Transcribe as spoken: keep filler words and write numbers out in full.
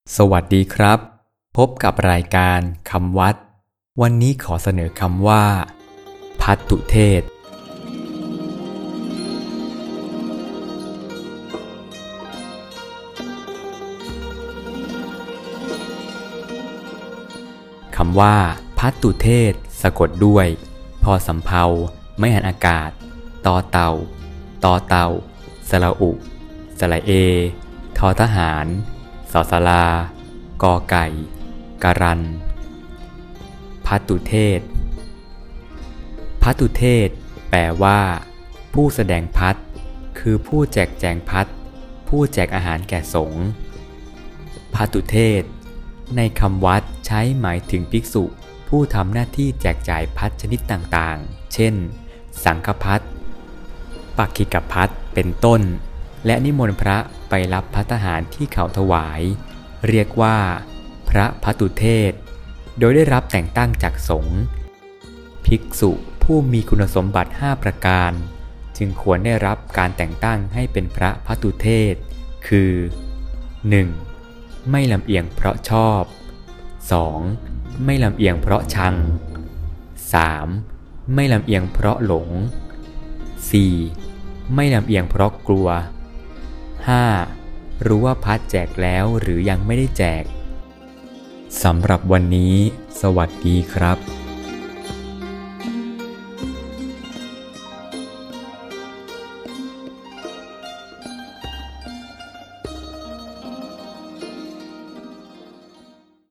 สวัสดีครับพบกับรายการคำวัดวันนี้ขอเสนอคำว่าภัตตุเทศคำว่าภัตตุเทศสะกดด้วยพอสำเภาไม่หันอากาศตอเต่าตอเต่าสระอุสระเอทอทหารสอสลากอไก่การันภัตตุเทศภัตตุเทศแปลว่าผู้แสดงภัตต์คือผู้แจกแจงภัตต์ผู้แจกอาหารแก่สงฆ์ภัตตุเทศในคำวัดใช้หมายถึงภิกษุผู้ทำหน้าที่แจกจ่ายภัตต์ชนิดต่างๆเช่นสังฆภัตต์ปักขิกภัตต์เป็นต้นและนิมนต์พระไปรับภัตตาหารที่เขาถวายเรียกว่าพระภัตตุเทศโดยได้รับแต่งตั้งจากสงฆ์ภิกษุผู้มีคุณสมบัติห้าประการจึงควรได้รับการแต่งตั้งให้เป็นพระภัตตุเทศคือ หนึ่ง. ไม่ลำเอียงเพราะชอบ สอง. ไม่ลำเอียงเพราะชัง สาม. ไม่ลำเอียงเพราะหลง สี่. ไม่ลำเอียงเพราะกลัว ห้า. รู้ว่าภัตต์แจกแล้วหรือยังไม่ได้แจกสำหรับวันนี้สวัสดีครับ